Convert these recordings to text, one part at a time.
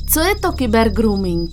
Co je to kybergrooming?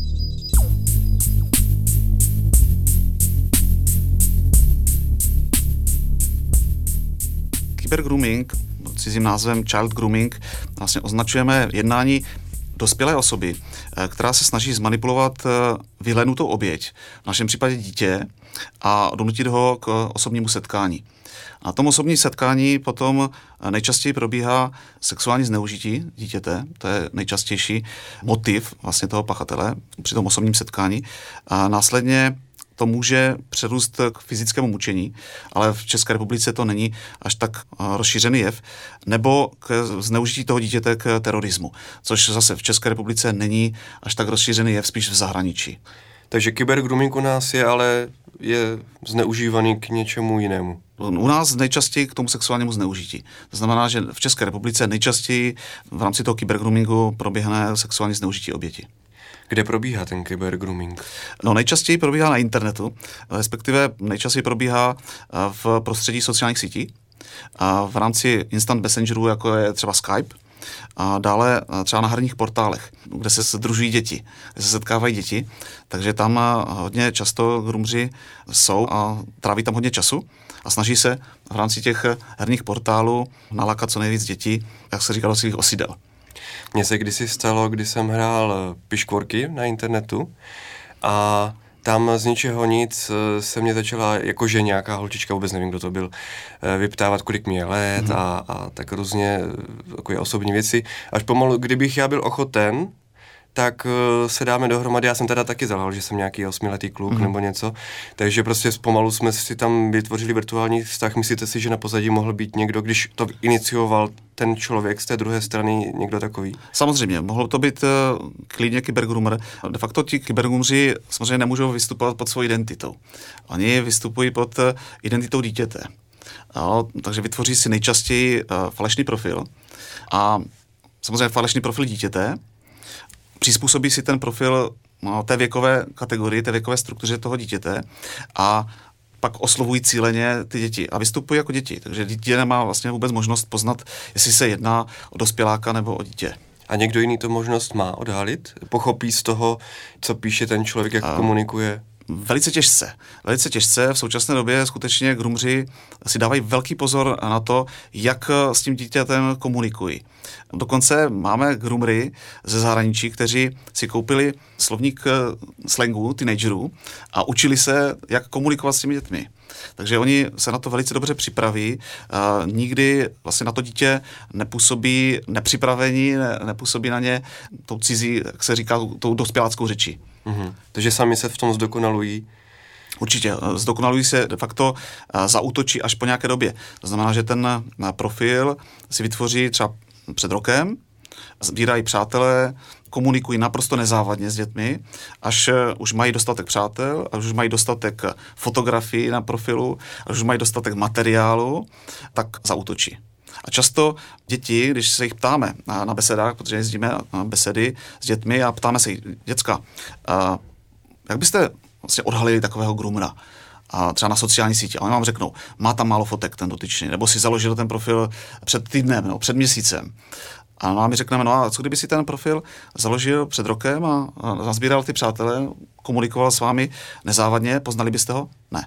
Kybergrooming, cizím názvem child grooming, vlastně označujeme jednání dospělé osoby, která se snaží zmanipulovat vyhlédnutou oběť, v našem případě dítě, a donutit ho k osobnímu setkání. Na tom osobním setkání potom nejčastěji probíhá sexuální zneužití dítěte, to je nejčastější motiv vlastně toho pachatele při tom osobním setkání. A následně to může přerůst k fyzickému mučení, ale v České republice to není až tak rozšířený jev, nebo k zneužití toho dítěte k terorismu, což zase v České republice není až tak rozšířený jev, spíš v zahraničí. Takže kybergrooming u nás je zneužívaný k něčemu jinému. U nás nejčastěji k tomu sexuálnímu zneužití. To znamená, že v České republice nejčastěji v rámci toho kybergroomingu proběhne sexuální zneužití oběti. Kde probíhá ten kybergrooming? No, nejčastěji probíhá na internetu, respektive nejčastěji probíhá v prostředí sociálních sítí, a v rámci instant messengerů, jako je třeba Skype, a dále třeba na herních portálech, kde se sdružují děti, kde se setkávají děti, takže tam hodně často groomři jsou a tráví tam hodně času a snaží se v rámci těch herních portálů nalákat co nejvíc dětí, jak se říká, do svých osidel. Mně se kdysi stalo, kdy jsem hrál piškvorky na internetu a tam z ničeho nic se mě začala, jakože nějaká holčička, vůbec nevím, kdo to byl, vyptávat, kolik mi je let a tak různě takové osobní věci. Až pomalu, kdybych já byl ochoten, tak se dáme dohromady. Já jsem teda taky zalhal, že jsem nějaký 8letý kluk nebo něco, takže prostě pomalu jsme si tam vytvořili virtuální vztah. Myslíte si, že na pozadí mohl být někdo, když to inicioval ten člověk z té druhé strany, někdo takový? Samozřejmě, mohlo to být klidně kybergroomer. De facto ti kybergroomři samozřejmě nemůžou vystupovat pod svou identitou. Oni vystupují pod identitou dítěte. Takže vytvoří si nejčastěji falešný profil a samozřejmě falešný profil dítěte. Přizpůsobí si ten profil té věkové kategorii, té věkové struktuře toho dítěte a pak oslovují cíleně ty děti a vystupují jako děti. Takže dítě nemá vlastně vůbec možnost poznat, jestli se jedná o dospěláka nebo o dítě. A někdo jiný to možnost má odhalit? Pochopí z toho, co píše ten člověk, jak komunikuje? Velice těžce. Velice těžce. V současné době skutečně groomři si dávají velký pozor na to, jak s tím dítětem komunikují. Dokonce máme groomery ze zahraničí, kteří si koupili slovník slangu teenagerů a učili se, jak komunikovat s těmi dětmi. Takže oni se na to velice dobře připraví. Nikdy vlastně na to dítě nepůsobí nepřipravení, nepůsobí na ně tou cizí, jak se říká, tou dospěláckou řečí. Takže sami se v tom zdokonalují? Určitě. Zdokonalují se de facto, zaútočí až po nějaké době. To znamená, že ten profil si vytvoří třeba před rokem, sbírají přátelé, komunikují naprosto nezávadně s dětmi, až už mají dostatek přátel, až už mají dostatek fotografií na profilu, až už mají dostatek materiálu, tak zaútočí. A často děti, když se jich ptáme na besedách, protože jezdíme na besedy s dětmi a ptáme se jich, děcka, jak byste vlastně odhalili takového groomera? A třeba na sociální síti. A oni vám řeknou, má tam málo fotek ten dotyčný, nebo si založil ten profil před týdnem, nebo před měsícem. A my řekneme, no a co kdyby si ten profil založil před rokem a nazbíral ty přátelé, komunikoval s vámi nezávadně, poznali byste ho? Ne.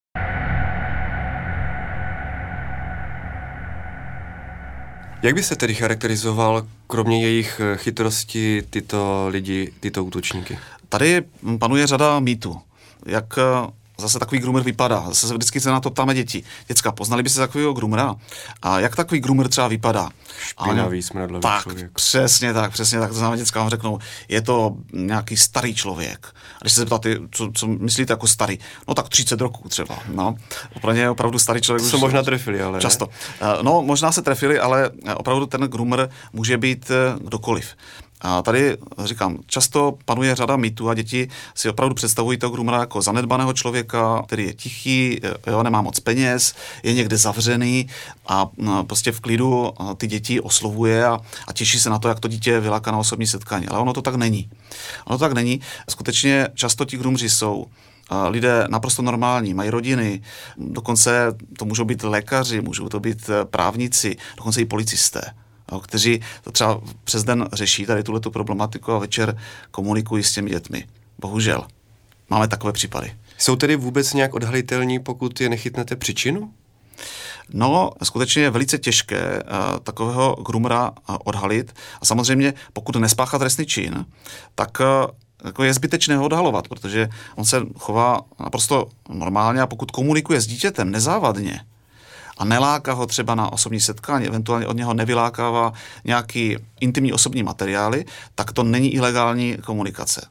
Jak byste tedy charakterizoval, kromě jejich chytrosti, tyto lidi, tyto útočníky? Tady panuje řada mýtů. Jak zase takový groomer vypadá? Zase vždycky se na to ptáme děti. Děcka, poznali by se takového groomera? A jak takový groomer třeba vypadá? Špinavý, smradlavý člověk. Přesně tak. To znamená, děcka vám řeknou, je to nějaký starý člověk. A když se zeptáte, co myslíte jako starý? No tak 30 roků třeba. No, opravdu starý člověk. To se možná trefili, ale často. No, možná se trefili, ale opravdu ten groomer může být kdokoliv. A tady říkám, často panuje řada mýtů a děti si opravdu představují toho groomera jako zanedbaného člověka, který je tichý, nemá moc peněz, je někde zavřený a prostě v klidu ty děti oslovuje a těší se na to, jak to dítě vyláká na osobní setkání. Ale ono to tak není. Skutečně často ti groomři jsou lidé naprosto normální, mají rodiny, dokonce to můžou být lékaři, můžou to být právníci, dokonce i policisté. kteří to třeba přes den řeší tady tuhletu problematiku a večer komunikují s těmi dětmi. Bohužel. Máme takové případy. Jsou tedy vůbec nějak odhalitelní, pokud je nechytnete příčinu? No, skutečně je velice těžké takového groomera odhalit. A samozřejmě, pokud nespáchá trestný čin, tak jako je zbytečné ho odhalovat, protože on se chová naprosto normálně a pokud komunikuje s dítětem nezávadně a neláká ho třeba na osobní setkání, eventuálně od něho nevylákává nějaký intimní osobní materiály, tak to není ilegální komunikace.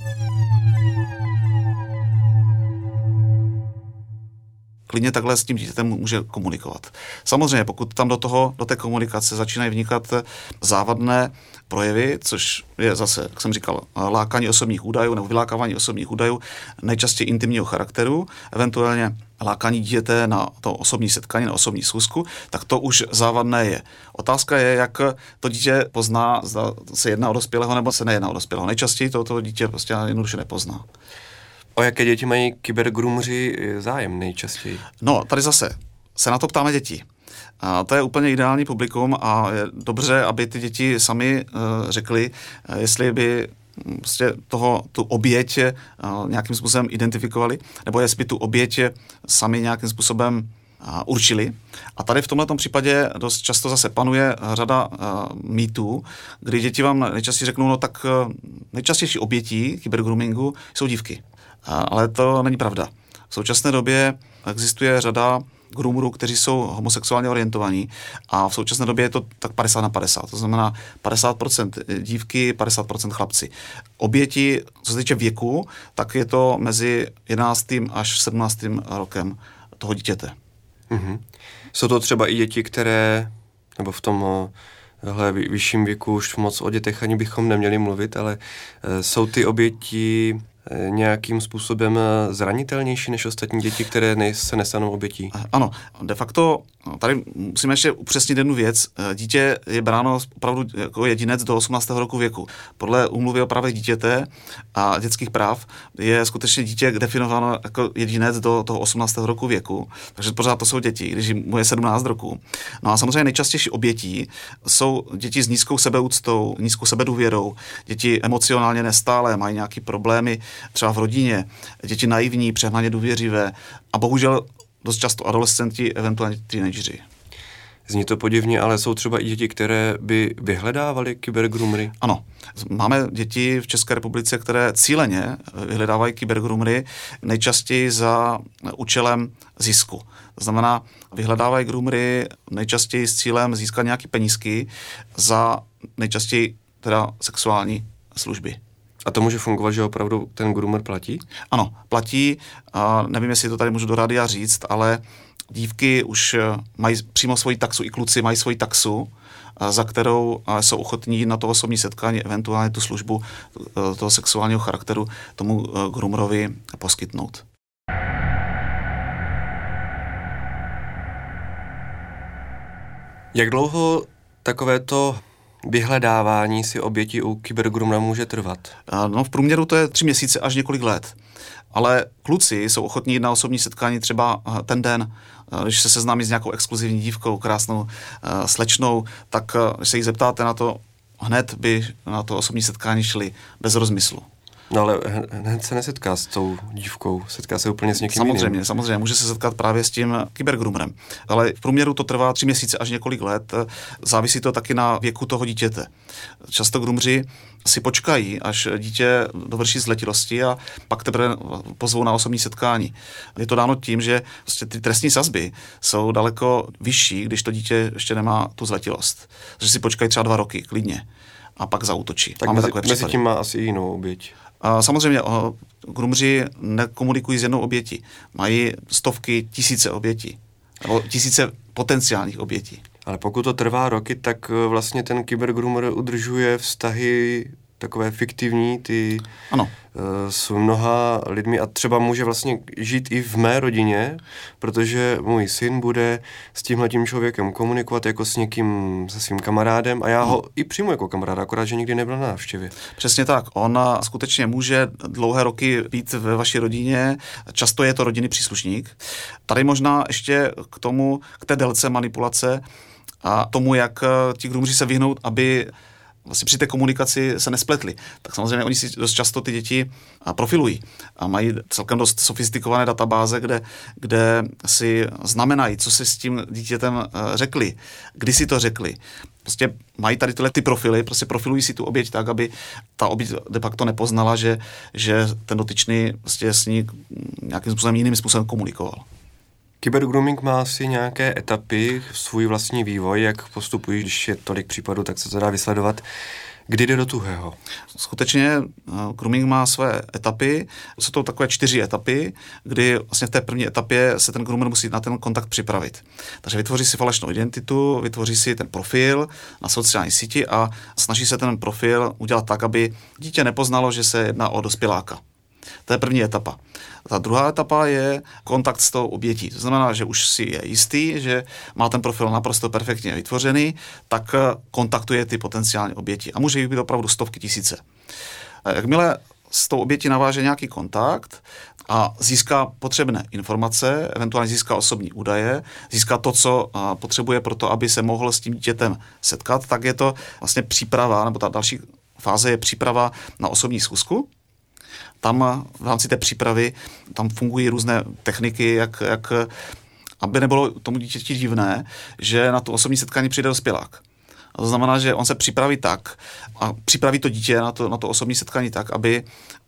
Klidně takhle s tím dítětem může komunikovat. Samozřejmě, pokud tam do té komunikace začínají vnikat závadné projevy, což je zase, jak jsem říkal, lákání osobních údajů nebo vylákávání osobních údajů, nejčastěji intimního charakteru, eventuálně lákání dítěte na to osobní setkání, na osobní schůzku, tak to už závadné je. Otázka je, jak to dítě pozná, zda se jedná o dospělého nebo se nejedná o dospělého. Nejčastěji to dítě prostě jednoduše nepozná. O jaké děti mají kybergroomři zájem nejčastěji? No, tady zase se na to ptáme děti. A to je úplně ideální publikum a je dobře, aby ty děti sami řekly, jestli by prostě tu oběť nějakým způsobem identifikovali, nebo jestli by tu oběť sami nějakým způsobem určili. A tady v tomto případě dost často zase panuje řada mýtů, kdy děti vám nejčastěji řeknou, no tak nejčastější obětí kybergroomingu jsou dívky. Ale to není pravda. V současné době existuje řada groomerů, kteří jsou homosexuálně orientovaní a v současné době je to tak 50/50. To znamená 50% dívky, 50% chlapci. Oběti, co se týče věku, tak je to mezi 11. až 17. rokem toho dítěte. Mm-hmm. Jsou to třeba i děti, které, nebo v tomhle vyšším věku už moc o dětech ani bychom neměli mluvit, ale jsou ty oběti nějakým způsobem zranitelnější než ostatní děti, které se nestanou obětí? Ano, de facto tady musíme ještě upřesnit jednu věc. Dítě je bráno opravdu jako jedinec do 18. roku věku. Podle úmluvy o právech dítěte a dětských práv je skutečně dítě definováno jako jedinec do toho 18. roku věku, takže pořád to jsou děti, když mu je 17 roků. No a samozřejmě nejčastější obětí jsou děti s nízkou sebeúctou, nízkou sebedůvěrou, děti emocionálně nestálé, mají nějaké problémy třeba v rodině, děti naivní, přehnaně důvěřivé a bohužel dost často adolescenti, eventuálně teenageři. Zní to podivně, ale jsou třeba i děti, které by vyhledávaly kybergroomery? Ano, máme děti v České republice, které cíleně vyhledávají kybergroomery nejčastěji za účelem zisku. To znamená, vyhledávají groomery nejčastěji s cílem získat nějaké penízky za nejčastěji teda sexuální služby. A to může fungovat, že opravdu ten groomer platí? Ano, platí. Nevím, jestli to tady můžu do rádia říct, ale dívky už mají přímo svoji taxu, i kluci mají svoji taxu, za kterou jsou ochotní jít na to osobní setkání, eventuálně tu službu toho sexuálního charakteru tomu groomerovi poskytnout. Jak dlouho takovéto vyhledávání si oběti u kybergroomera může trvat? No, v průměru to je 3 měsíce až několik let. Ale kluci jsou ochotní jít na osobní setkání třeba ten den, když se seznámí s nějakou exkluzivní dívkou, krásnou slečnou, tak když se jí zeptáte na to, hned by na to osobní setkání šli bez rozmyslu. No ale hned se nesetká s tou dívkou, setká se úplně s někým jiným. Samozřejmě, může se setkat právě s tím kybergroomerem. Ale v průměru to trvá 3 měsíce až několik let, závisí to taky na věku toho dítěte. Často groomři si počkají, až dítě dovrší zletilosti a pak teprve pozvou na osobní setkání. Je to dáno tím, že prostě ty trestní sazby jsou daleko vyšší, když to dítě ještě nemá tu zletilost. Takže si počkají třeba 2 roky, klidně, a pak zaútočí. Tak mezi tím má asi jinou oběť. Samozřejmě groomři nekomunikují s jednou obětí. Mají stovky, tisíce obětí. Nebo tisíce potenciálních obětí. Ale pokud to trvá roky, tak vlastně ten kybergroomer udržuje vztahy takové fiktivní, ty ano. S mnoha lidmi a třeba může vlastně žít i v mé rodině, protože můj syn bude s tímhletím člověkem komunikovat jako s někým, se svým kamarádem a já ho i přijmu jako kamaráda, akorát, že nikdy nebyl na návštěvě. Přesně tak. On skutečně může dlouhé roky být ve vaší rodině, často je to rodinný příslušník. Tady možná ještě k té délce manipulace a tomu, jak ti groomři se vyhnout, aby vlastně při té komunikaci se nespletli. Tak samozřejmě oni si dost často ty děti profilují a mají celkem dost sofistikované databáze, kde si znamenají, co si s tím dítětem řekli, kdy si to řekli. Prostě mají tady tyhle ty profily, prostě profilují si tu oběť tak, aby ta oběť de facto nepoznala, že ten dotyčný prostě s ní nějakým způsobem, jiným způsobem komunikoval. Kybergrooming má asi nějaké etapy, svůj vlastní vývoj, jak postupují, když je tolik případů, tak se to dá vysledovat. Kdy jde do tuhého? Skutečně grooming má své etapy. Jsou to takové 4 etapy, kdy vlastně v té první etapě se ten groomer musí na ten kontakt připravit. Takže vytvoří si falešnou identitu, vytvoří si ten profil na sociální síti a snaží se ten profil udělat tak, aby dítě nepoznalo, že se jedná o dospěláka. To je první etapa. Ta druhá etapa je kontakt s tou obětí. To znamená, že už si je jistý, že má ten profil naprosto perfektně vytvořený, tak kontaktuje ty potenciální oběti. A může jich být opravdu stovky, tisíce. Jakmile s tou obětí naváže nějaký kontakt a získá potřebné informace, eventuálně získá osobní údaje, získá to, co potřebuje pro to, aby se mohl s tím dítětem setkat, tak je to vlastně příprava, nebo ta další fáze je příprava na osobní schůzku. Tam v rámci té přípravy tam fungují různé techniky, jak aby nebylo tomu dítěti divné, že na to osobní setkání přijde dospělák. A to znamená, že on se připraví tak a připraví to dítě na to osobní setkání tak, aby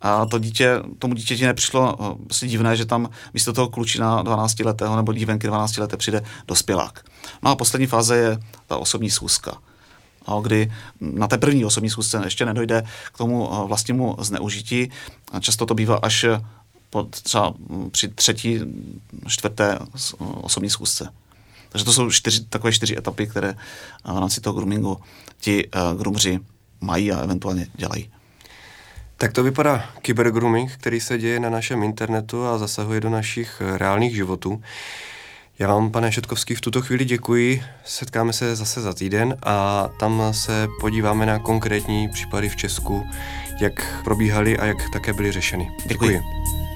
tomu dítěti nepřišlo prostě divné, že tam místo toho klučina 12letého nebo dívenky 12leté přijde dospělák. No a poslední fáze je ta osobní schůzka, kdy na té první osobní schůzce ještě nedojde k tomu vlastnímu zneužití. Často to bývá až třeba při 3., 4. osobní schůzce. Takže to jsou takové 4 etapy, které v rámci toho groomingu ti groomři mají a eventuálně dělají. Tak to vypadá kybergrooming, který se děje na našem internetu a zasahuje do našich reálných životů. Já vám, pane Šetkovský, v tuto chvíli děkuji. Setkáme se zase za týden a tam se podíváme na konkrétní případy v Česku, jak probíhaly a jak také byly řešeny. Děkuji.